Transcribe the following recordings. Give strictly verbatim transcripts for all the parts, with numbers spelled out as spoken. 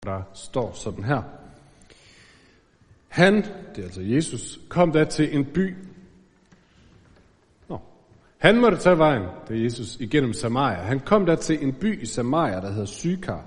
Der står sådan her. Han, det er altså Jesus, kom da til en by. Nå. Han måtte tage vejen, det er Jesus, igennem Samaria. Han kom da til en by i Samaria, der hedder Sykar.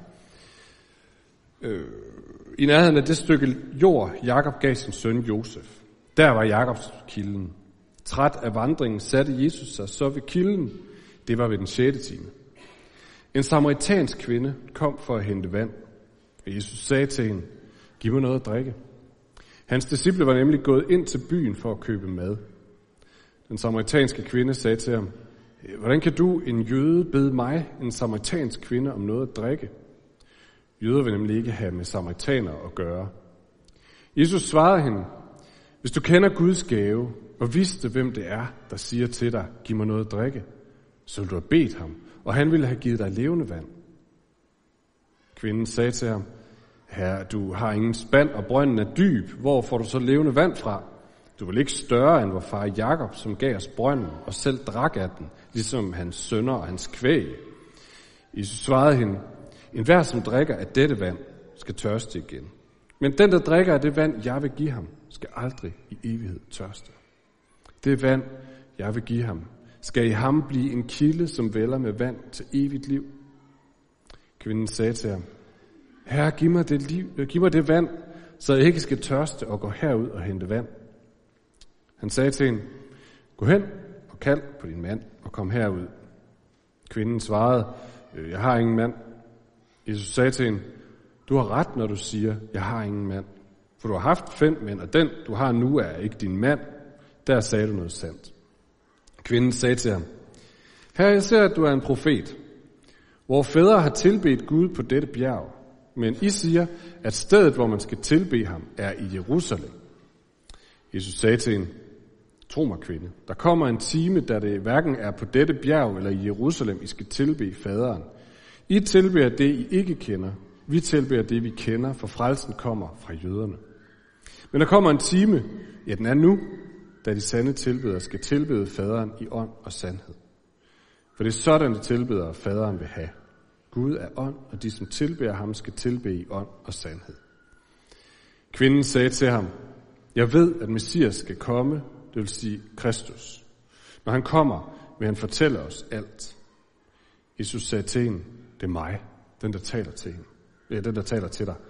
Øh, I nærheden af det stykke jord, Jakob gav sin søn Josef. Der var Jakobs kilden. Træt af vandringen satte Jesus sig så ved kilden. Det var ved den sjette time. En samaritansk kvinde kom for at hente vand. Og Jesus sagde til hende, giv mig noget at drikke. Hans disciple var nemlig gået ind til byen for at købe mad. Den samaritanske kvinde sagde til ham, hvordan kan du, en jøde, bede mig, en samaritansk kvinde, om noget at drikke? Jøder vil nemlig ikke have med samaritanere at gøre. Jesus svarede hende, hvis du kender Guds gave, og vidste, hvem det er, der siger til dig, giv mig noget at drikke, så ville du have bedt ham, og han ville have givet dig levende vand. Kvinden sagde til ham, herre, du har ingen spand, og brønden er dyb. Hvor får du så levende vand fra? Du er vel ikke større end vor far Jakob, som gav os brønden, og selv drak af den, ligesom hans sønner og hans kvæg. Jesus svarede hende, enhver som drikker af dette vand, skal tørste igen. Men den, der drikker af det vand, jeg vil give ham, skal aldrig i evighed tørste. Det vand, jeg vil give ham, skal i ham blive en kilde, som vælder med vand til evigt liv. Kvinden sagde til ham, herre, giv mig det, liv, giv mig det vand, så jeg ikke skal tørste og gå herud og hente vand. Han sagde til hende, gå hen og kald på din mand og kom herud. Kvinden svarede, jeg har ingen mand. Jesus sagde til hende, du har ret, når du siger, jeg har ingen mand. For du har haft fem mænd, og den, du har nu, er ikke din mand. Der sagde du noget sandt. Kvinden sagde til ham, herre, jeg ser, at du er en profet. Vor fædre har tilbedt Gud på dette bjerg, men I siger, at stedet, hvor man skal tilbe ham, er i Jerusalem. Jesus sagde til hende, tro mig, kvinde, der kommer en time, da det hverken er på dette bjerg eller i Jerusalem, I skal tilbe faderen. I tilbeder det, I ikke kender. Vi tilbeder det, vi kender, for frelsen kommer fra jøderne. Men der kommer en time, ja, den er nu, da de sande tilbedere skal tilbede faderen i ånd og sandhed. For det er sådan, de tilbedere faderen vil have. Gud er ånd, og de, som tilbeder ham, skal tilbede i ånd og sandhed. Kvinden sagde til ham, jeg ved, at Messias skal komme, det vil sige Kristus. Når han kommer, vil han fortælle os alt. Jesus sagde til hende, det er mig, den der taler til hende. Ja, den der taler til dig.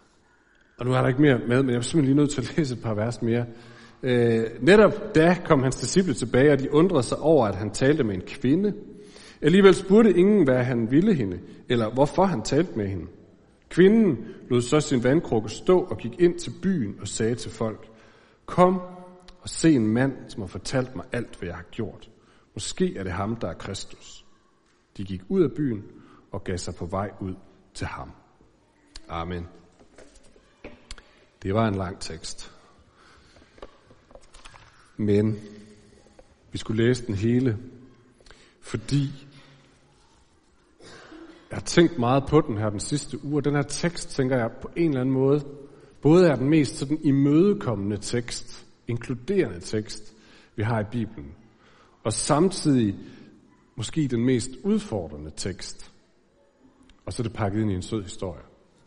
Og nu er der ikke mere med, men jeg er simpelthen lige nødt til at læse et par vers mere. Øh, netop da kom hans disciple tilbage, og de undrede sig over, at han talte med en kvinde. Alligevel spurgte ingen, hvad han ville hende, eller hvorfor han talte med hende. Kvinden lod så sin vandkrukke stå og gik ind til byen og sagde til folk, kom og se en mand, som har fortalt mig alt, hvad jeg har gjort. Måske er det ham, der er Kristus. De gik ud af byen og gav sig på vej ud til ham. Amen. Det var en lang tekst. Men vi skulle læse den hele, fordi jeg har tænkt meget på den her den sidste uge, og den her tekst, tænker jeg på en eller anden måde, både er den mest sådan imødekommende tekst, inkluderende tekst, vi har i Bibelen, og samtidig måske den mest udfordrende tekst, og så er det pakket ind i en sød historie.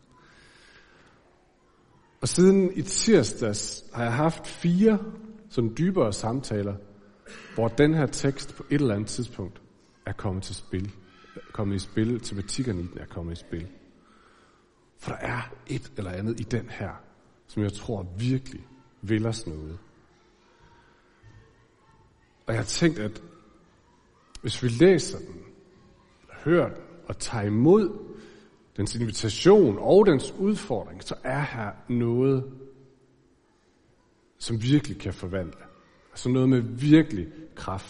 Og siden i tirsdags har jeg haft fire sådan dybere samtaler, hvor den her tekst på et eller andet tidspunkt er kommet til spil. Er kommet i spil, tematikkerne i den er kommet i spil. For der er et eller andet i den her, som jeg tror virkelig vil os noget. Og jeg har tænkt, at hvis vi læser den, eller hører den, og tager imod dens invitation og dens udfordring, så er her noget, som virkelig kan forvandle. Altså noget med virkelig kraft.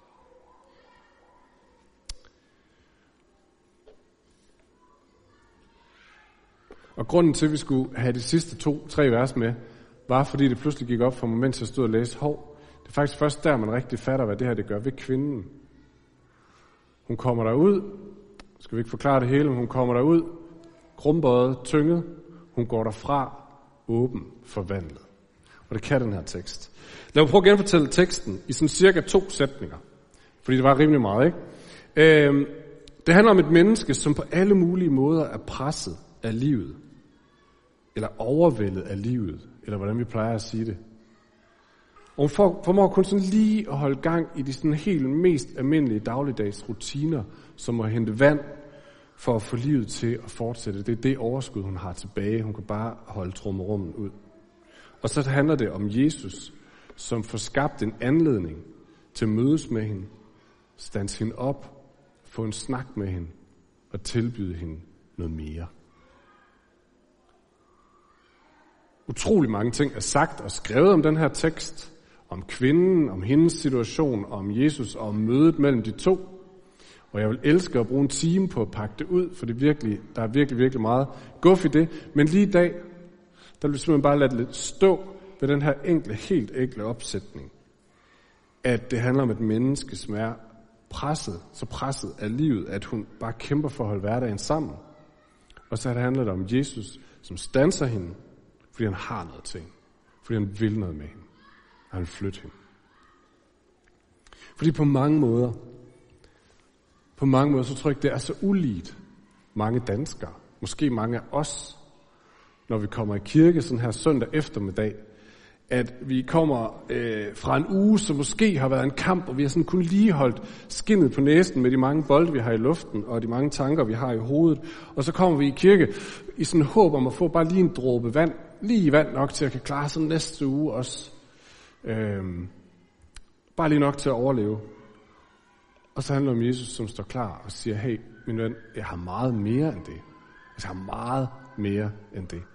Og grunden til, at vi skulle have de sidste to, tre vers med, var fordi det pludselig gik op for mig, mens jeg stod og læste. Hov, det er faktisk først der, man rigtig fatter, hvad det her det gør ved kvinden. Hun kommer derud, skal vi ikke forklare det hele, men hun kommer derud, krumbøjet, tynget, hun går derfra, åben, forvandlet. Og det kan den her tekst. Lad mig prøve at genfortælle teksten i sådan cirka to sætninger. Fordi det var rimelig meget, ikke? Øhm, det handler om et menneske, som på alle mulige måder er presset af livet. eller overvældet af livet, eller hvordan vi plejer at sige det. Og hun for, formår kun sådan lige at holde gang i de sådan helt mest almindelige dagligdags rutiner, som at hente vand for at få livet til at fortsætte. Det er det overskud, hun har tilbage. Hun kan bare holde trommerummen ud. Og så handler det om Jesus, som får skabt en anledning til at mødes med hende, standse hende op, få en snak med hende og tilbyde hende noget mere. Utrolig mange ting er sagt og skrevet om den her tekst, om kvinden, om hendes situation, om Jesus og om mødet mellem de to. Og jeg vil elske at bruge en time på at pakke det ud, for det er virkelig, der er virkelig, virkelig meget guf i det. Men lige i dag, der vil vi simpelthen bare lade det lidt stå ved den her enkle, helt enkle opsætning. At det handler om et menneske, som er presset, så presset af livet, at hun bare kæmper for at holde hverdagen sammen. Og så handler det om Jesus, som standser hende, fordi han har noget til hende. Fordi han vil noget med hende. Og han vil flytte hende. Fordi på mange måder, på mange måder, så tror jeg ikke, det er så uligt mange danskere, måske mange af os, når vi kommer i kirke sådan her søndag eftermiddag, at vi kommer øh, fra en uge, som måske har været en kamp, og vi har sådan kun lige holdt skindet på næsen med de mange bolde, vi har i luften, og de mange tanker, vi har i hovedet. Og så kommer vi i kirke i sådan håb om at få bare lige en dråbe vand, lige vand nok til at kan klare sådan næste uge også. Øhm, bare lige nok til at overleve. Og så handler det om Jesus, som står klar og siger, hey, min ven, jeg har meget mere end det. Jeg har meget mere end det.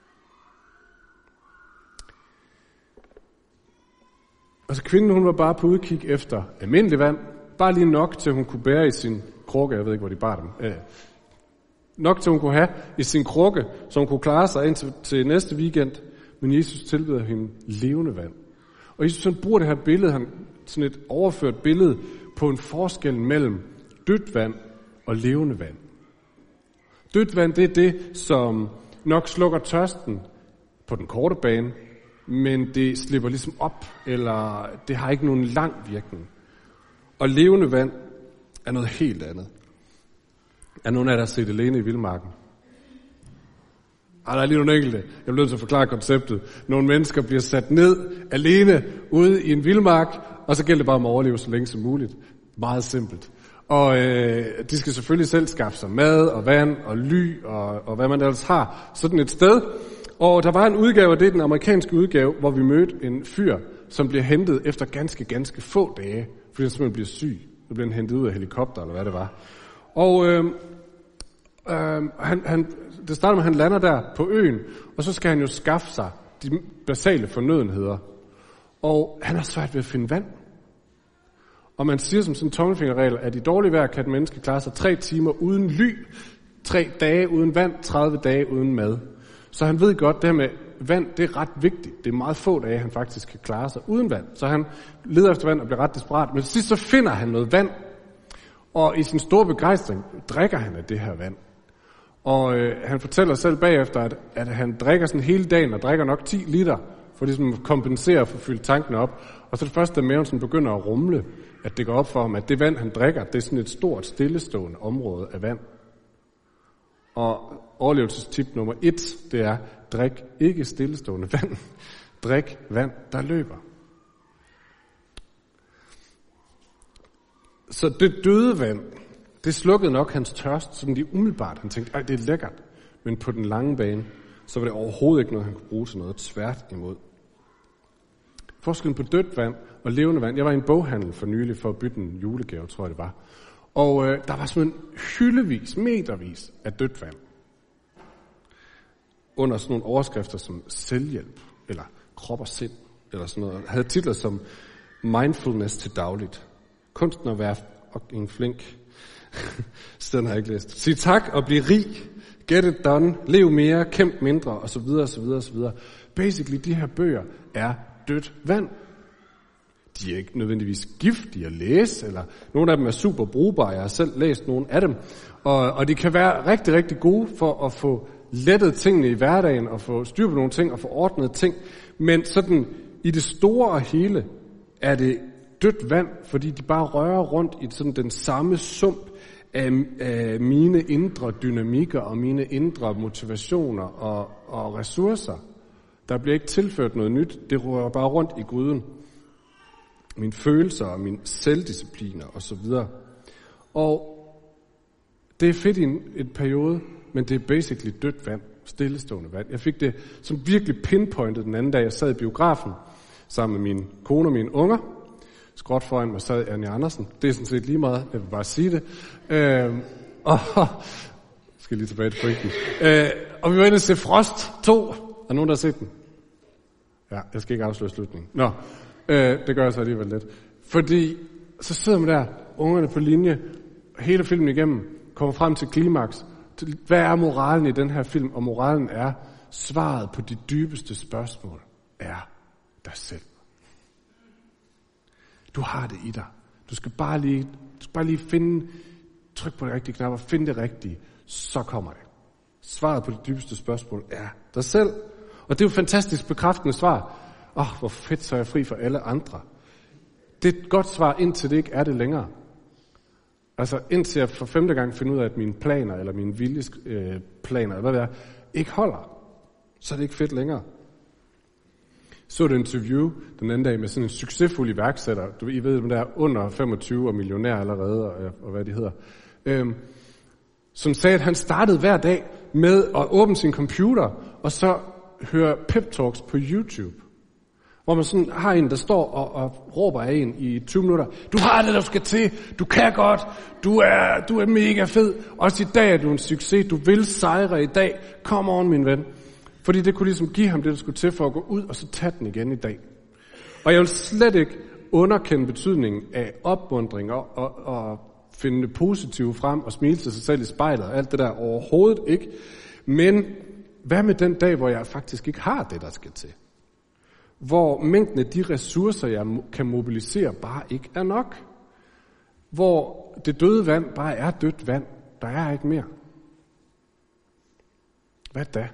Og så kvinden, hun var bare på udkig efter almindelig vand. Bare lige nok til, hun kunne bære i sin krukke. Jeg ved ikke, hvor de bar dem. Øh, nok til, hun kunne have i sin krukke, så hun kunne klare sig indtil til næste weekend. Men Jesus tilbyder hende levende vand. Og Jesus han bruger det her billede, han sådan et overført billede på en forskel mellem dødt vand og levende vand. Dødt vand, det er det, som nok slukker tørsten på den korte bane, men det slipper ligesom op, eller det har ikke nogen lang virkning. Og levende vand er noget helt andet. Er nogen af jer, der har set Alene i Vildmarken? Ej, der er lige nogle enkelte. Jeg bliver nødt til at forklare konceptet. Nogle mennesker bliver sat ned alene ude i en vildmark, og så gælder det bare om at overleve så længe som muligt. Meget simpelt. Og øh, de skal selvfølgelig selv skaffe sig mad og vand og ly og, og hvad man ellers har. Sådan et sted. Og der var en udgave, og det er den amerikanske udgave, hvor vi mødte en fyr, som bliver hentet efter ganske, ganske få dage, fordi han simpelthen bliver syg. Så bliver han hentet ud af helikopter, eller hvad det var. Og øh, øh, han, han, det starter med, at han lander der på øen, og så skal han jo skaffe sig de basale fornødenheder. Og han har svært ved at finde vand. Og man siger som sådan en tommelfingerregel, at i dårlig vejr kan et menneske klare sig tre timer uden ly, tre dage uden vand, tredive dage uden mad. Så han ved godt, det her med vand, det er ret vigtigt. Det er meget få dage, han faktisk kan klare sig uden vand. Så han leder efter vand og bliver ret desperat. Men til sidst så finder han noget vand. Og i sin store begejstring drikker han af det her vand. Og øh, han fortæller selv bagefter, at, at han drikker sådan hele dagen og drikker nok ti liter, for ligesom at kompensere for at fylde tankene op. Og så det første, da maven sådan begynder at rumle, at det går op for ham, at det vand, han drikker, det er sådan et stort, stillestående område af vand. Og overlevelsestip nummer et, det er, drik ikke stillestående vand. Drik vand, der løber. Så det døde vand, det slukkede nok hans tørst, som de umiddelbart. Han tænkte, ej, det er lækkert. Men på den lange bane, så var det overhovedet ikke noget, han kunne bruge til noget. Tvært imod. Forskellen på dødt vand og levende vand. Jeg var i en boghandel for nylig for at bytte en julegave, tror jeg det var. Og øh, der var simpelthen hyldevis, metervis af dødt vand. Under sådan nogle overskrifter som selvhjælp, eller krop og sind, eller sådan noget. Jeg havde titler som mindfulness til dagligt. Kunsten at være en flink. Stedet har jeg ikke læst. Sig tak og bliv rig. Get it done. Lev mere. Kæmp mindre. Og så videre, og så videre, og så videre. Basically, de her bøger er dødt vand. De er ikke nødvendigvis giftige at læse, eller nogle af dem er super brugbare. Jeg har selv læst nogle af dem. Og, og de kan være rigtig, rigtig gode for at få lettet tingene i hverdagen, og få styr på nogle ting, og få ordnet ting. Men sådan i det store og hele er det dødt vand, fordi de bare rører rundt i sådan den samme sump af, af mine indre dynamikker og mine indre motivationer og, og ressourcer. Der bliver ikke tilført noget nyt. Det rører bare rundt i gryden. Mine følelser og mine selvdiscipliner og så videre. Og det er fedt i en, en periode, men det er basically dødt vand. Stillestående vand. Jeg fik det som virkelig pinpointet den anden dag. Jeg sad i biografen sammen med min kone og mine unger. Skråt foran mig sad Anja Andersen. Det er sådan set lige meget. Jeg vil bare sige det. Øh, og skal lige tilbage til pointen. Øh, og vi var inde og se Frost to. Er nogen, der har set den? Ja, jeg skal ikke afsløre slutningen. Nå, øh, det gør jeg så alligevel lidt. Fordi så sidder man der, ungerne på linje, hele filmen igennem, kommer frem til klimaks. Hvad er moralen i den her film? Og moralen er, svaret på de dybeste spørgsmål er dig selv. Du har det i dig. Du skal bare lige, du skal bare lige finde, tryk på de rigtige knapper, finde det rigtige, så kommer det. Svaret på de dybeste spørgsmål er dig selv. Og det er jo fantastisk bekræftende svar. Åh, oh, hvor fedt, så er jeg fri for alle andre. Det er et godt svar, indtil det ikke er det længere. Altså indtil jeg for femte gang finder ud af, at mine planer, eller mine viljesplaner, eller hvad det er, ikke holder. Så er det ikke fedt længere. Så et interview den anden dag med sådan en succesfuld iværksætter. Du, I ved, der er under femogtyve og millionær allerede, og, og hvad de hedder. Øhm, som sagde, at han startede hver dag med at åbne sin computer, og så høre pep talks på YouTube. Hvor man sådan har en, der står og, og råber af en i tyve minutter. Du har det, der skal til. Du kan godt. Du er, du er mega fed. Også i dag er du en succes. Du vil sejre i dag. Come on, min ven. Fordi det kunne ligesom give ham det, der skulle til for at gå ud og så tage den igen i dag. Og jeg vil slet ikke underkende betydningen af opmuntring og, og, og finde det positive frem og smile til sig selv i spejlet og alt det der overhovedet ikke. Men hvad med den dag, hvor jeg faktisk ikke har det, der skal til? Hvor mængden af de ressourcer, jeg kan mobilisere, bare ikke er nok. Hvor det døde vand bare er dødt vand. Der er ikke mere. Hvad da?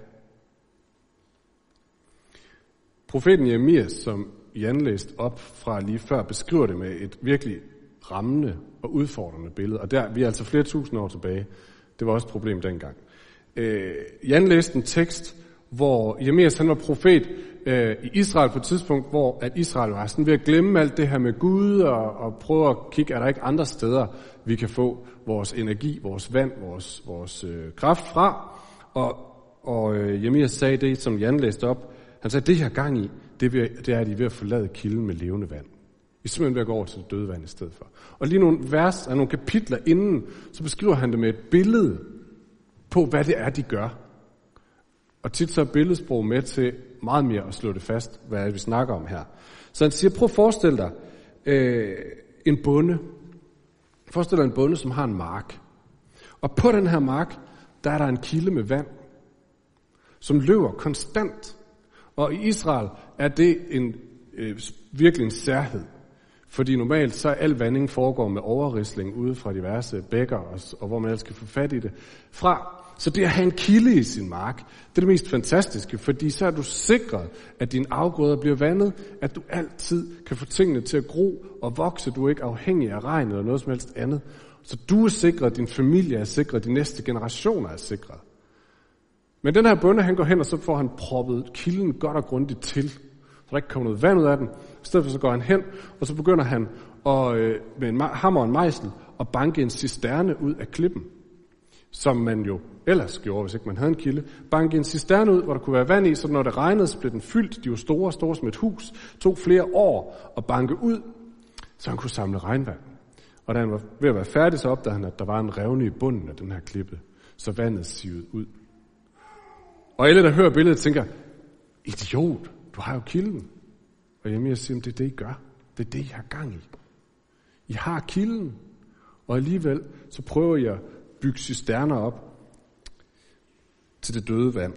Profeten Jeremias, som Jan læste op fra lige før, beskriver det med et virkelig rammende og udfordrende billede. Og der, vi er altså flere tusind år tilbage. Det var også et problem dengang. Øh, Jan læste en tekst, hvor Jeremias han var profet øh, i Israel på et tidspunkt, hvor at Israel var sådan ved at glemme alt det her med Gud, og, og prøve at kigge, er der ikke andre steder, vi kan få vores energi, vores vand, vores, vores øh, kraft fra. Og, og øh, Jeremias sagde det, som Jan læste op. Han sagde, det her gang i, det, vil, det er, at I er ved at forlade kilden med levende vand. I er simpelthen ved at gå over til det døde vand i stedet for. Og lige nogle vers, nogle kapitler inden, så beskriver han det med et billede på, hvad det er, de gør. Og tit så er billedsprog med til meget mere at slå det fast, hvad vi snakker om her. Så han siger, prøv at forestille dig øh, en bonde. Forestil dig en bonde, som har en mark. Og på den her mark, der er der en kilde med vand, som løber konstant. Og i Israel er det en, øh, virkelig en særhed. Fordi normalt så er al vanding foregår med overrisling ude fra diverse bækker, og, og hvor man ellers kan få fat i det fra. Så det at have en kilde i sin mark, det er det mest fantastiske, fordi så er du sikret, at dine afgrøder bliver vandet, at du altid kan få tingene til at gro og vokse. Du er ikke afhængig af regn eller noget som helst andet. Så du er sikret, din familie er sikret, de næste generationer er sikret. Men den her bonde, han går hen, og så får han proppet kilden godt og grundigt til, så der ikke kommer noget vand ud af den. I stedet for så går han hen, og så begynder han at, øh, med en hammer og en mejsel at banke en cisterne ud af klippen. Som man jo ellers gjorde, hvis ikke man havde en kilde. Banke en cisterne ud, hvor der kunne være vand i, så når det regnede, så blev den fyldt. De var store, store som et hus. Tog flere år at banke ud, så han kunne samle regnvand. Og da han var ved at være færdig, så opdagede han, at der var en revne i bunden af den her klippe, så vandet sivede ud. Og alle, der hører billedet, tænker, idiot, du har jo kilden. Og Jeremias siger, det er det, I gør. Det er det, I har gang i. I har kilden, og alligevel så prøver I at bygge cisterner op til det døde vand.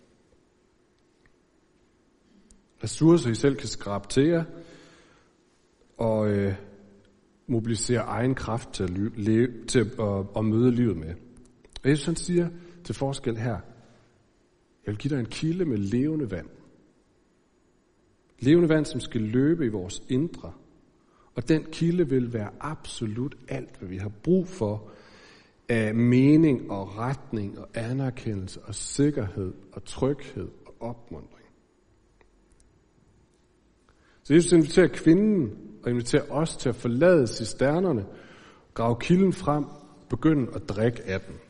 Ressourcer, I selv kan skrabe til jer, og øh, mobilisere egen kraft til at, leve, til at, at, at møde livet med. Og Jesus han siger til forskel her, jeg vil give dig en kilde med levende vand. Levende vand, som skal løbe i vores indre. Og den kilde vil være absolut alt, hvad vi har brug for af mening og retning og anerkendelse og sikkerhed og tryghed og opmuntring. Så Jesus inviterer kvinden og inviterer os til at forlade cisternerne, grave kilden frem, begynde at drikke af den.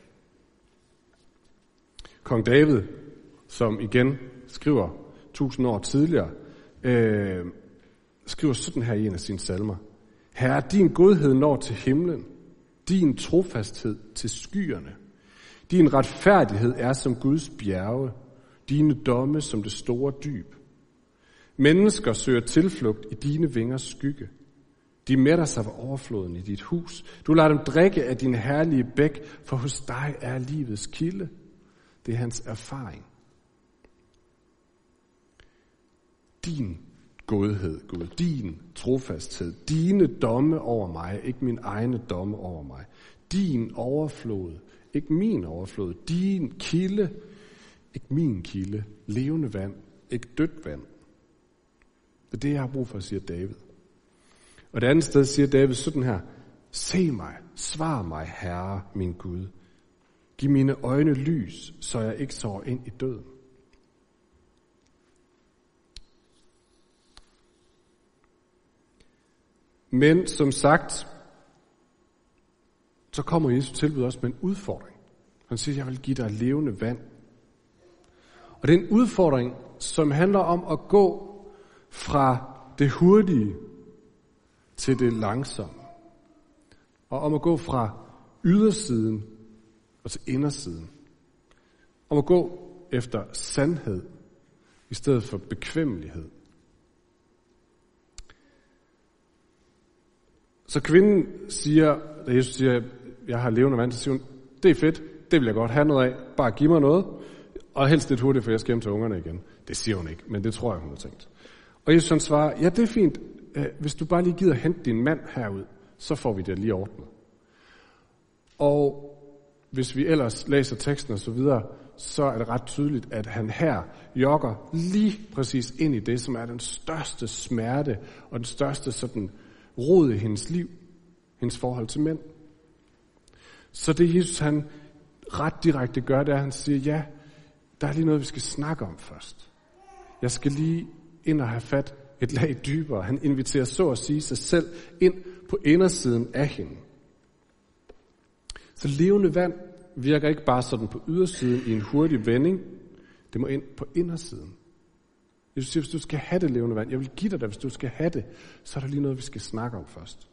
Kong David, som igen skriver tusind år tidligere, øh, skriver sådan her i en af sine salmer. Herre, din godhed når til himlen, din trofasthed til skyerne. Din retfærdighed er som Guds bjerge, dine domme som det store dyb. Mennesker søger tilflugt i dine vingers skygge. De mætter sig ved overfloden i dit hus. Du lader dem drikke af din herlige bæk, for hos dig er livets kilde. Det er hans erfaring. Din godhed, Gud, din trofasthed, dine domme over mig, ikke min egne domme over mig. Din overflod, ikke min overflod. Din kilde, ikke min kilde. Levende vand, ikke dødt vand. Det er det, jeg har brug for, siger David. Og det andet sted siger David sådan her. Se mig, svar mig, Herre, min Gud. Giv mine øjne lys, så jeg ikke sover ind i døden. Men som sagt, så kommer Jesus tilbud også med en udfordring. Han siger, jeg vil give dig levende vand. Og det er en udfordring, som handler om at gå fra det hurtige til det langsomme. Og om at gå fra ydersiden og til indersiden. Om at gå efter sandhed i stedet for bekvemmelighed. Så kvinden siger, da Jesus siger, jeg har levende vand, så siger hun, det er fedt, det vil jeg godt have noget af, bare giv mig noget, og helst lidt hurtigt, for jeg skal hjem til ungerne igen. Det siger hun ikke, men det tror jeg, hun har tænkt. Og Jesus han svarer, ja, det er fint, hvis du bare lige gider hente din mand herud, så får vi det lige ordnet. Og hvis vi ellers læser teksten og så videre, så er det ret tydeligt, at han her jogger lige præcis ind i det, som er den største smerte og den største sådan rod i hendes liv, hendes forhold til mænd. Så det Jesus han ret direkte gør, det er, at han siger, ja, der er lige noget, vi skal snakke om først. Jeg skal lige ind og have fat et lag dybere. Han inviterer så at sige sig selv ind på indersiden af hende. Så levende vand virker ikke bare sådan på ydersiden i en hurtig vending. Det må ind på indersiden. Jesus siger, hvis du skal have det levende vand, jeg vil give dig det, hvis du skal have det, så er der lige noget, vi skal snakke om først.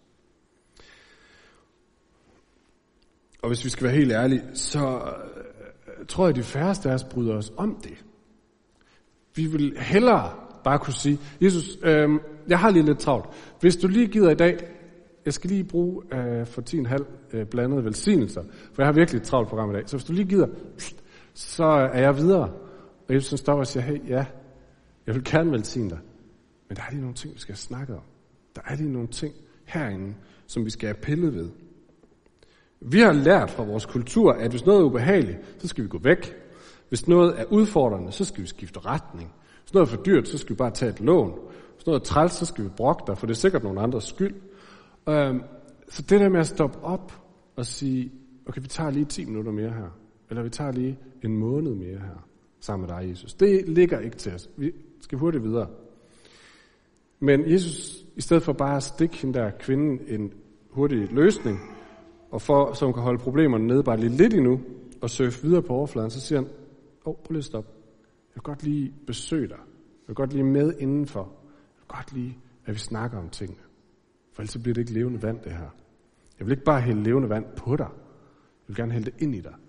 Og hvis vi skal være helt ærlige, så tror jeg, at de færreste af os bryder os om det. Vi vil hellere bare kunne sige, Jesus, øh, jeg har lige lidt travlt. Hvis du lige gider i dag, jeg skal lige bruge øh, for ti komma fem øh, blandede velsignelser, for jeg har virkelig et travlt program i dag. Så hvis du lige gider, så er jeg videre. Og Jesus stopper og siger, hey, ja, jeg vil gerne velsigne dig. Men der er lige nogle ting, vi skal snakke om. Der er lige nogle ting herinde, som vi skal have pillet ved. Vi har lært fra vores kultur, at hvis noget er ubehageligt, så skal vi gå væk. Hvis noget er udfordrende, så skal vi skifte retning. Hvis noget er for dyrt, så skal vi bare tage et lån. Hvis noget er træls, så skal vi brokke dig, for det er sikkert nogen andres skyld. Så det der med at stoppe op og sige, okay, vi tager lige ti minutter mere her. Eller vi tager lige en måned mere her sammen med dig, Jesus. Det ligger ikke til os. Vi skal hurtigt videre. Men Jesus, i stedet for bare at stikke hende der kvinden en hurtig løsning, og for, så hun kan holde problemerne nede bare lige lidt endnu, og surfe videre på overfladen, så siger han, åh, oh, prøv lige at stoppe. Jeg vil godt lige besøge dig. Jeg vil godt lige med indenfor. Jeg vil godt lige, at vi snakker om tingene. For ellers bliver det ikke levende vand, det her. Jeg vil ikke bare hælde levende vand på dig. Jeg vil gerne hælde det ind i dig.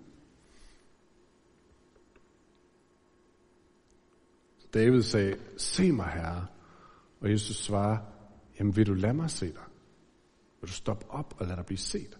David sagde, se mig, Herre. Og Jesus svarer, jamen vil du lade mig se dig? Vil du stoppe op og lade dig blive set?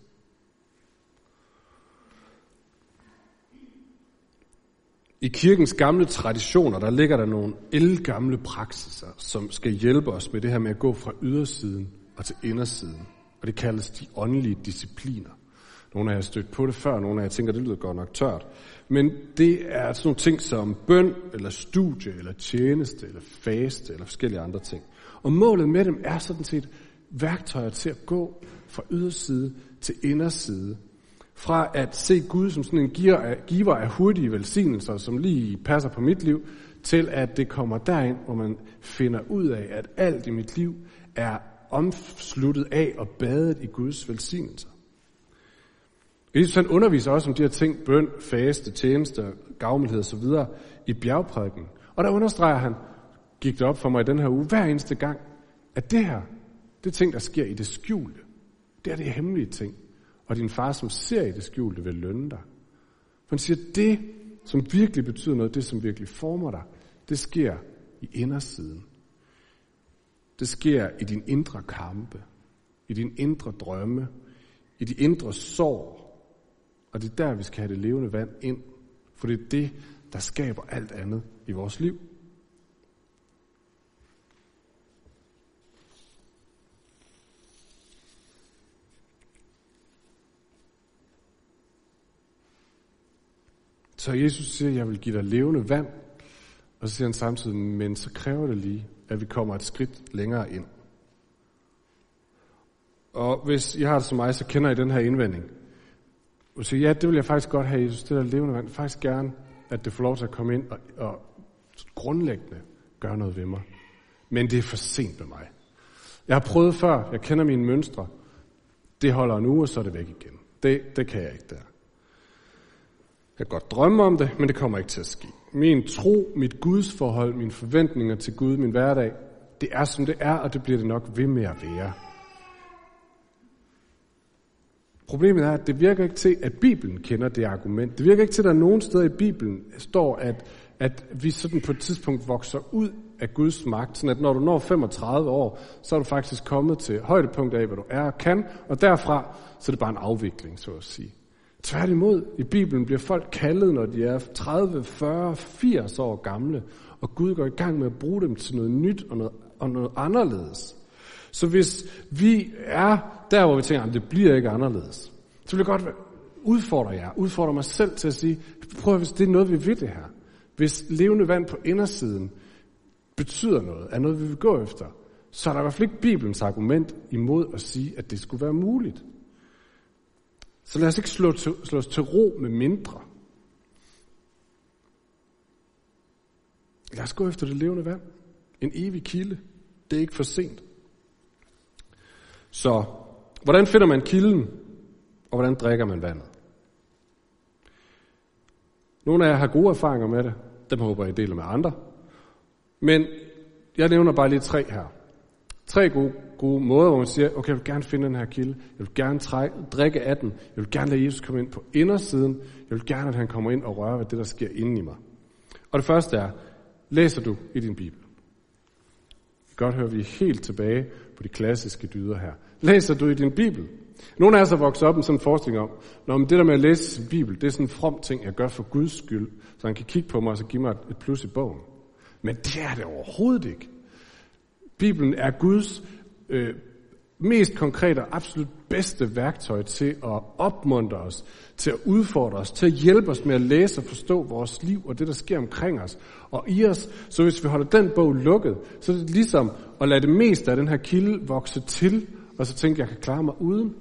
I kirkens gamle traditioner, der ligger der nogle ældgamle praksiser, som skal hjælpe os med det her med at gå fra ydersiden og til indersiden. Og det kaldes de åndelige discipliner. Nogle af jer har stødt på det før, nogle af jer tænker, det lyder godt nok tørt. Men det er sådan nogle ting som bøn, eller studie, eller tjeneste, eller faste, eller forskellige andre ting. Og målet med dem er sådan set værktøjer til at gå fra yderside til inderside. Fra at se Gud som sådan en giver af hurtige velsignelser, som lige passer på mit liv, til at det kommer derind, hvor man finder ud af, at alt i mit liv er omsluttet af og badet i Guds velsignelser. Jesus han underviser også om de her ting, bøn, faste, tjeneste, gavmildhed osv. i bjergprædiken. Og der understreger han, gik det op for mig i den her uge, hver eneste gang, at det her, det er ting, der sker i det skjulte. Det er det hemmelige ting. Og din far, som ser i det skjulte, vil lønne dig. For han siger, det, som virkelig betyder noget, det, som virkelig former dig, det sker i indersiden. Det sker i din indre kampe, i din indre drømme, i de indre sorg. Og det er der, vi skal have det levende vand ind. For det er det, der skaber alt andet i vores liv. Så Jesus siger, jeg vil give dig levende vand. Og så siger han samtidig, men så kræver det lige, at vi kommer et skridt længere ind. Og hvis I har det som mig, så kender I den her indvending. Og siger, ja, det vil jeg faktisk godt have, Jesus, det der levende vand. Faktisk gerne, at det får lov til at komme ind og, og grundlæggende gøre noget ved mig. Men det er for sent med mig. Jeg har prøvet før, jeg kender mine mønstre. Det holder en uge, og så er det væk igen. Det, det kan jeg ikke der. Jeg kan godt drømme om det, men det kommer ikke til at ske. Min tro, mit gudsforhold, mine forventninger til Gud, min hverdag, det er som det er, og det bliver det nok ved med at være. Problemet er, at det virker ikke til, at Bibelen kender det argument. Det virker ikke til, at der nogen steder i Bibelen står, at, at vi sådan på et tidspunkt vokser ud af Guds magt, sådan at når du når femogtredive år, så er du faktisk kommet til højdepunkt af, hvad du er og kan, og derfra, så er det bare en afvikling, så at sige. Tværtimod, i Bibelen bliver folk kaldet, når de er tredive, fyrre, firs år gamle, og Gud går i gang med at bruge dem til noget nyt og noget, og noget anderledes. Så hvis vi er der, hvor vi tænker, at det bliver ikke anderledes, så vil jeg godt udfordre jer, udfordre mig selv til at sige, prøv at hvis det er noget, vi vil det her. Hvis levende vand på indersiden betyder noget, er noget, vi vil gå efter, så er der i hvert fald ikke Bibelens argument imod at sige, at det skulle være muligt. Så lad os ikke slå, til, slå os til ro med mindre. Lad os gå efter det levende vand. En evig kilde. Det er ikke for sent. Så, hvordan finder man kilden, og hvordan drikker man vandet? Nogle af jer har gode erfaringer med det. Dem håber jeg deler med andre. Men jeg nævner bare lige tre her. Tre gode, gode måder, hvor man siger, okay, jeg vil gerne finde den her kilde. Jeg vil gerne trække, drikke af den. Jeg vil gerne lade Jesus komme ind på indersiden. Jeg vil gerne, at han kommer ind og rører ved det, der sker inde i mig. Og det første er, læser du i din Bibel? Godt høre, vi er helt tilbage på de klassiske dyder her. Læser du i din Bibel? Nogle af os har vokset op med sådan en forestilling om, når det der med at læse sin Bibel, det er sådan en from ting, jeg gør for Guds skyld, så han kan kigge på mig og så give mig et plus i bogen. Men det er det overhovedet ikke. Bibelen er Guds øh, mest konkrete og absolut bedste værktøj til at opmuntre os, til at udfordre os, til at hjælpe os med at læse og forstå vores liv og det, der sker omkring os og i os. Så hvis vi holder den bog lukket, så er det ligesom at lade det meste af den her kilde vokse til, og så tænke, at jeg kan klare mig uden.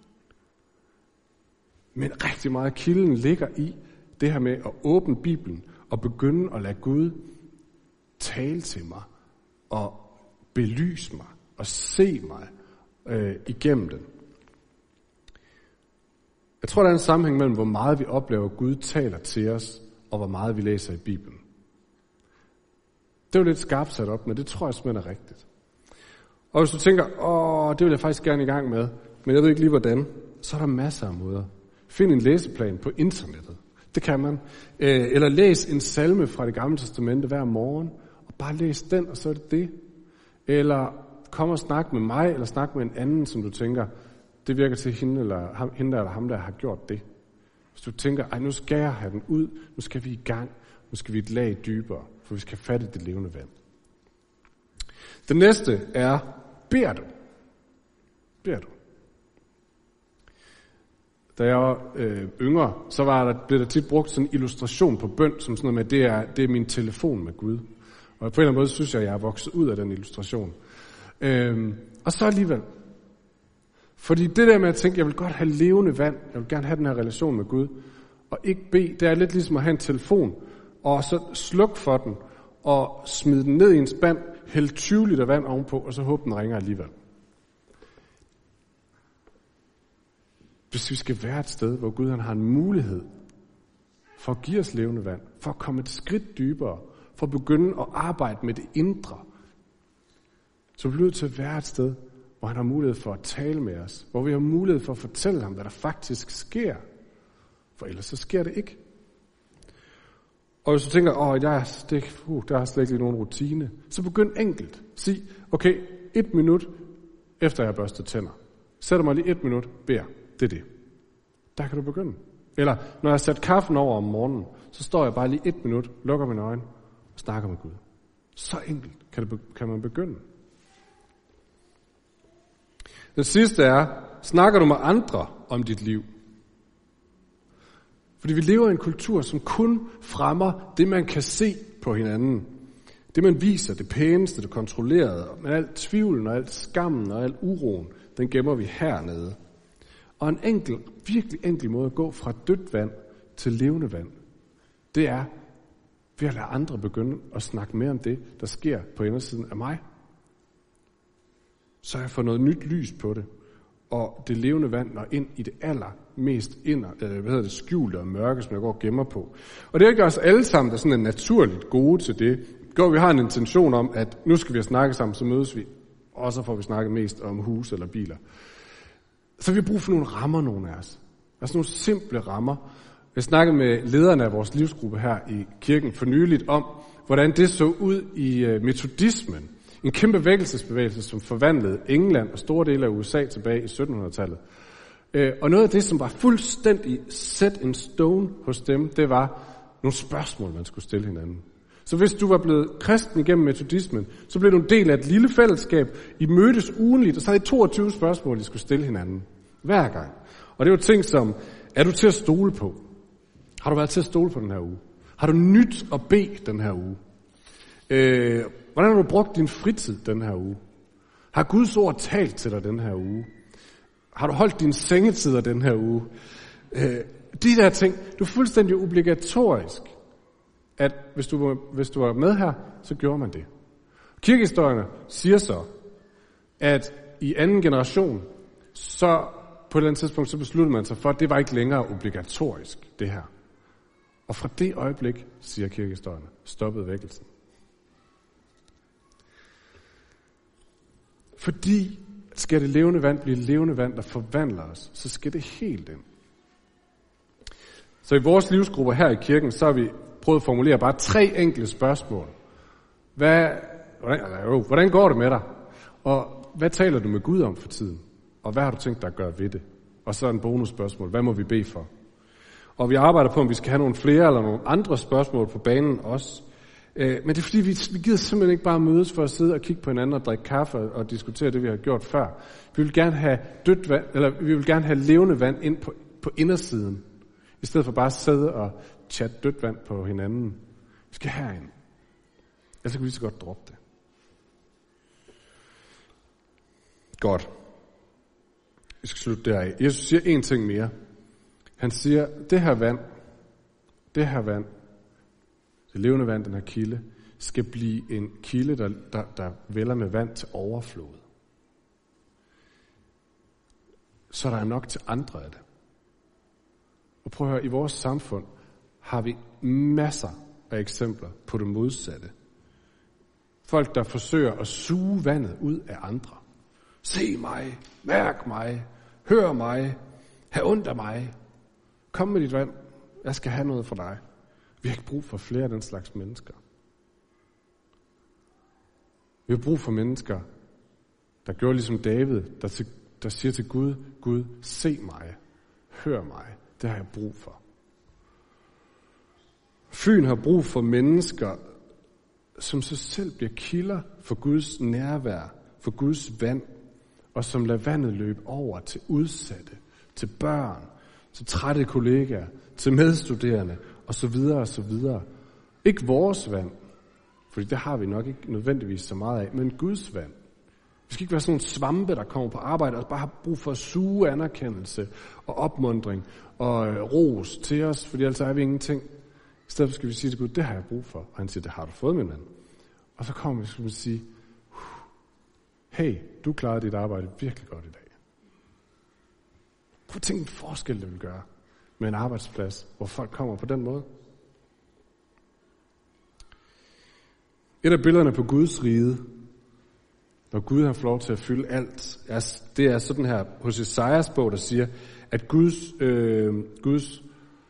Men rigtig meget af kilden ligger i det her med at åbne Bibelen og begynde at lade Gud tale til mig og belyse mig og se mig øh, igennem den. Jeg tror, der er en sammenhæng mellem, hvor meget vi oplever, at Gud taler til os, og hvor meget vi læser i Bibelen. Det er jo lidt skarpt sat op, men det tror jeg simpelthen er rigtigt. Og hvis du tænker, åh, det vil jeg faktisk gerne i gang med, men jeg ved ikke lige hvordan, så er der masser af måder. Find en læseplan på internettet. Det kan man. Øh, eller læs en salme fra Det Gamle Testamente hver morgen, og bare læs den, og så er det det. Eller kom og snak med mig, eller snak med en anden, som du tænker, det virker til hende, eller ham, hende der, eller ham, der har gjort det. Hvis du tænker, ej, nu skal jeg have den ud, nu skal vi i gang, nu skal vi et lag dybere, for vi skal fatte det levende vand. Det næste er, beder du? Beder du? Da jeg var øh, yngre, så var der, blev der tit brugt sådan en illustration på bøn, som sådan noget med, det er, det er min telefon med Gud. Og på en eller anden måde synes jeg, at jeg er vokset ud af den illustration. Øhm, og så alligevel. Fordi det der med at tænke, jeg vil godt have levende vand, jeg vil gerne have den her relation med Gud, og ikke bede, det er lidt ligesom at have en telefon, og så slukke for den, og smide den ned i en spand, hælde tyve liter vand ovenpå, og så håbe den ringer alligevel. Hvis vi skal være et sted, hvor Gud han har en mulighed for at give os levende vand, for at komme et skridt dybere, for at begynde at arbejde med det indre, så bliver vi nødt til at være et sted, hvor han har mulighed for at tale med os, hvor vi har mulighed for at fortælle ham, hvad der faktisk sker. For ellers så sker det ikke. Og hvis du tænker, åh, jeg er, det, uh, der er slet ikke nogen rutine, så begynd enkelt. Sig, okay, et minut efter jeg har børstet tænder. Sætter mig lige et minut, beder. Det er det. Der kan du begynde. Eller når jeg har sat kaffen over om morgenen, så står jeg bare lige et minut, lukker mine øjne og snakker med Gud. Så enkelt kan, det, kan man begynde. Den sidste er, snakker du med andre om dit liv? Fordi vi lever i en kultur, som kun fremmer det, man kan se på hinanden. Det, man viser, det pæneste, det kontrollerede. Men alt tvivlen og alt skammen og alt uroen, den gemmer vi hernede. Og en enkel, virkelig enkel måde at gå fra dødt vand til levende vand, det er ved at lade andre begynde at snakke mere om det, der sker på indersiden af mig. Så jeg får noget nyt lys på det, og det levende vand når ind i det allermest inder, øh, hvad hedder det, skjulte og mørke, som jeg går og gemmer på. Og det er ikke os alle sammen, der sådan er naturligt gode til det. Går vi har en intention om, at nu skal vi snakke sammen, så mødes vi, og så får vi snakket mest om hus eller biler. Så vi har brug for nogle rammer, nogle af os. Altså nogle simple rammer. Jeg snakkede med lederne af vores livsgruppe her i kirken for nyligt om, hvordan det så ud i uh, metodismen. En kæmpe vækkelsesbevægelse, som forvandlede England og store dele af U S A tilbage i syttenhundredetallet. Uh, og noget af det, som var fuldstændig set in stone hos dem, det var nogle spørgsmål, man skulle stille hinanden. Så hvis du var blevet kristen igennem metodismen, så blev du en del af et lille fællesskab. I mødtes ugenligt, og så havde I toogtyve spørgsmål, I skulle stille hinanden. Hver gang. Og det var ting som, er du til at stole på? Har du været til at stole på den her uge? Har du nyt at bede den her uge? Øh, hvordan har du brugt din fritid den her uge? Har Guds ord talt til dig den her uge? Har du holdt dine sengetider den her uge? Øh, de der ting, det er fuldstændig obligatorisk, at hvis du, var, hvis du var med her, så gjorde man det. Kirkehistorierne siger så, at i anden generation, så på et eller andet tidspunkt, så besluttede man sig for, at det var ikke længere obligatorisk, det her. Og fra det øjeblik, siger kirkehistorierne, stoppede vækkelsen. Fordi skal det levende vand blive levende vand, der forvandler os, så skal det helt ind. Så i vores livsgrupper her i kirken, så har vi prøvet at formulere bare tre enkle spørgsmål. Hvad, hvordan, jo, hvordan går det med dig? Og hvad taler du med Gud om for tiden? Og hvad har du tænkt dig at gøre ved det? Og så en bonusspørgsmål. Hvad må vi bede for? Og vi arbejder på, om vi skal have nogle flere eller nogle andre spørgsmål på banen også. Men det er fordi, vi, vi gider simpelthen ikke bare mødes for at sidde og kigge på hinanden og drikke kaffe og, og diskutere det, vi har gjort før. Vi vil gerne have dødt vand, eller vi vil gerne have levende vand ind på, på indersiden. I stedet for bare at sidde og chatte dødt vand på hinanden. Vi skal herind. Ellers kan vi lige så godt droppe det. Godt. Vi skal slutte deraf. Jesus siger en ting mere. Han siger, det her vand, det her vand, det levende vand, den her kilde, skal blive en kilde, der, der, der vælder med vand til overflod. Så der er nok til andre af det. Og prøv at høre, i vores samfund har vi masser af eksempler på det modsatte. Folk, der forsøger at suge vandet ud af andre. Se mig, mærk mig, hør mig, have ondt af mig. Kom med dit vand, jeg skal have noget fra dig. Vi har ikke brug for flere af den slags mennesker. Vi har brug for mennesker, der gjorde ligesom David, der, til, der siger til Gud, Gud, se mig, hør mig, det har jeg brug for. Fyn har brug for mennesker, som så selv bliver kilder for Guds nærvær, for Guds vand, og som lader vandet løbe over til udsatte, til børn, til trætte kollegaer, til medstuderende, og så videre og så videre. Ikke vores vand, fordi det har vi nok ikke nødvendigvis så meget af, men Guds vand. Vi skal ikke være sådan nogle svampe, der kommer på arbejde og bare har brug for at suge anerkendelse og opmuntring og øh, ros til os, fordi ellers er vi ingenting. I stedet for skal vi sige til Gud, det har jeg brug for. Og han siger, det har du fået, min ven. Og så kommer vi og skal sige, hey, du klarede dit arbejde virkelig godt i dag. Prøv at tænke en forskel, det vil gøre med en arbejdsplads, hvor folk kommer på den måde. Et af billederne på Guds rige, når Gud har fået lov til at fylde alt, er, det er sådan her hos Esajas bog, der siger, at Guds, øh, Guds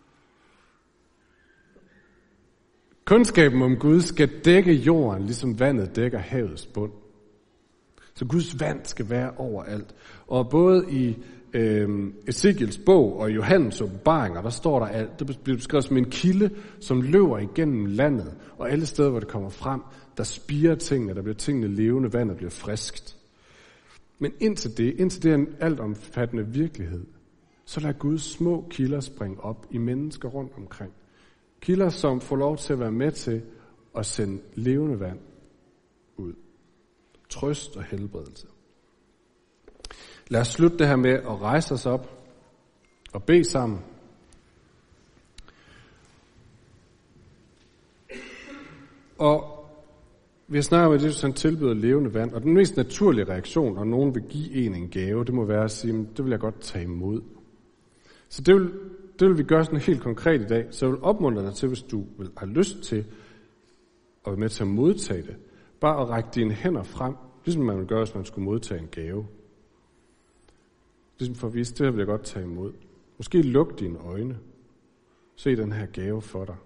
kundskaben om Gud skal dække jorden, ligesom vandet dækker havets bund. Så Guds vand skal være overalt. Og både i øh, Ezekiels bog og Johannes åbenbaringer, der står der alt. Det bliver beskrevet som en kilde, som løber igennem landet. Og alle steder, hvor det kommer frem, der spirer tingene, der bliver tingene levende, vandet bliver friskt. Men indtil det, indtil det er en altomfattende virkelighed, så lader Guds små kilder springe op i mennesker rundt omkring. Kilder, som får lov til at være med til at sende levende vand ud. Trøst og helbredelse. Lad os slutte det her med at rejse os op og bede sammen. Og vi har snakket om, at Jesus han tilbyder levende vand, og den mest naturlige reaktion, når nogen vil give en en gave, det må være at sige, det vil jeg godt tage imod. Så det vil, det vil vi gøre sådan helt konkret i dag. Så jeg vil opmuntre dig til, hvis du vil have lyst til at være med til at modtage det, bare at række dine hænder frem, ligesom man ville gøre, hvis man skulle modtage en gave. Ligesom for at vise, det her vil jeg godt tage imod. Måske luk dine øjne. Se den her gave for dig.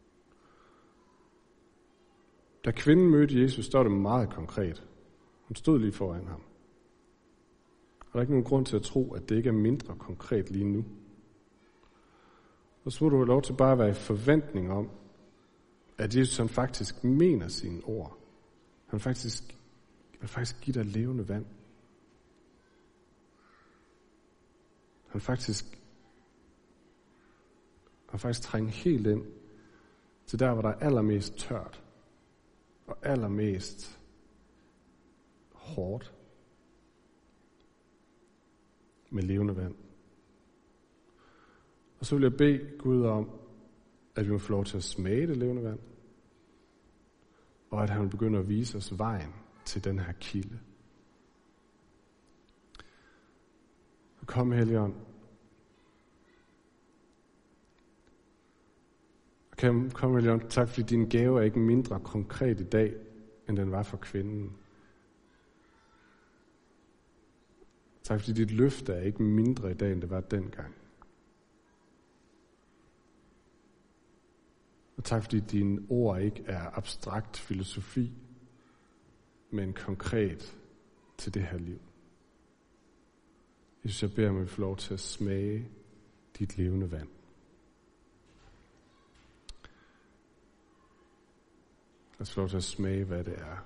Da kvinden mødte Jesus, står det meget konkret. Hun stod lige foran ham. Og der er ikke nogen grund til at tro, at det ikke er mindre konkret lige nu. Og så må du have lov til bare at være i forventning om, at Jesus han faktisk mener sine ord. Han faktisk, han faktisk giver dig levende vand. Han faktisk, han faktisk trænger helt ind til der, hvor der er allermest tørt og allermest hårdt med levende vand. Og så vil jeg bede Gud om, at vi må få lov til at smage det levende vand, og at han vil begynde at vise os vejen til den her kilde. Kom, Helligånd. Kom, kom, Helligånd. Tak, fordi din gave er ikke mindre konkret i dag, end den var for kvinden. Tak, fordi dit løfte er ikke mindre i dag, end det var dengang. Og tak, fordi dine ord ikke er abstrakt filosofi, men konkret til det her liv. Jesus, jeg beder om, at vi får lov til at smage dit levende vand. Lad os få lov til at smage, hvad det er.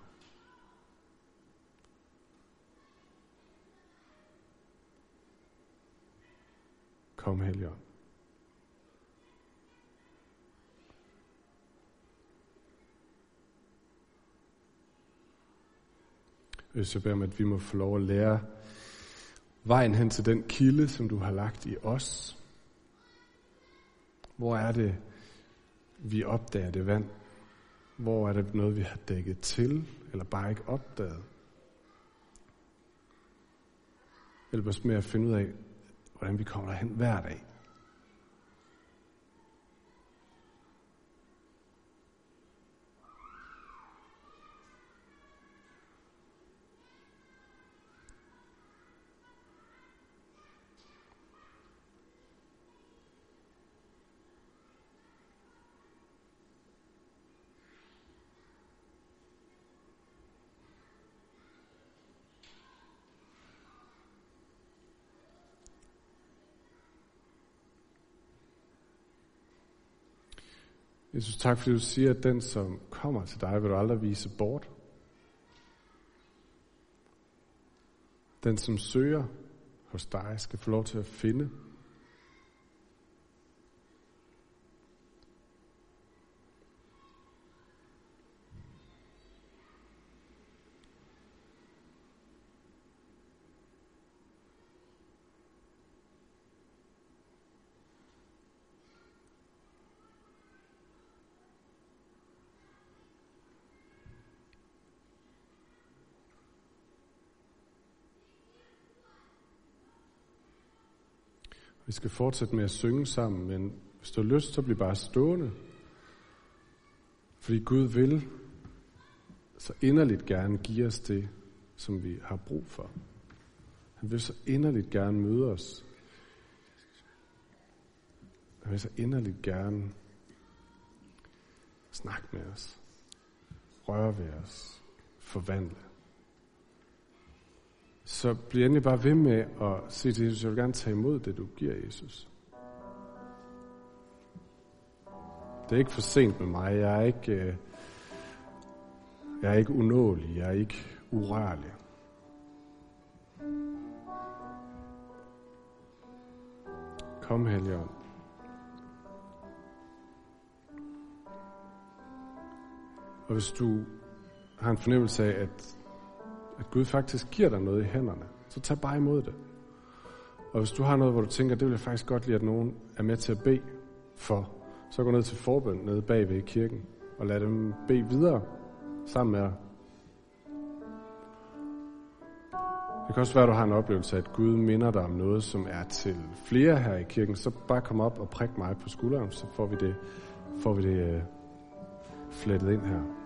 Kom, Helligånd. Jesus, jeg beder om, at vi må få lov at lære vejen hen til den kilde, som du har lagt i os. Hvor er det, vi opdager det vand? Hvor er det noget, vi har dækket til, eller bare ikke opdaget? Hjælp os med at finde ud af, hvordan vi kommer derhen hver dag. Jesus, tak fordi du siger, at den, som kommer til dig, vil du aldrig vise bort. Den, som søger hos dig, skal få lov til at finde. Vi skal fortsætte med at synge sammen, men hvis du har lyst, så bliv bare stående. Fordi Gud vil så inderligt gerne give os det, som vi har brug for. Han vil så inderligt gerne møde os. Han vil så inderligt gerne snakke med os, røre ved os, forvandle. Så bliv endelig bare ved med at sige til Jesus, jeg vil gerne tage imod det, du giver, Jesus. Det er ikke for sent med mig. Jeg er ikke, jeg er ikke unåelig. Jeg er ikke urørlig. Kom, Helligånd. Og hvis du har en fornemmelse af, at, at Gud faktisk giver dig noget i hænderne, så tag bare imod det. Og hvis du har noget, hvor du tænker, det vil jeg faktisk godt lide, at nogen er med til at bede for, så gå ned til forbøn nede bagved i kirken, og lad dem bede videre sammen med dig. Det kan også være, at du har en oplevelse af, at Gud minder dig om noget, som er til flere her i kirken. Så bare kom op og prik mig på skulderen, så får vi det, får vi det uh, flettet ind her.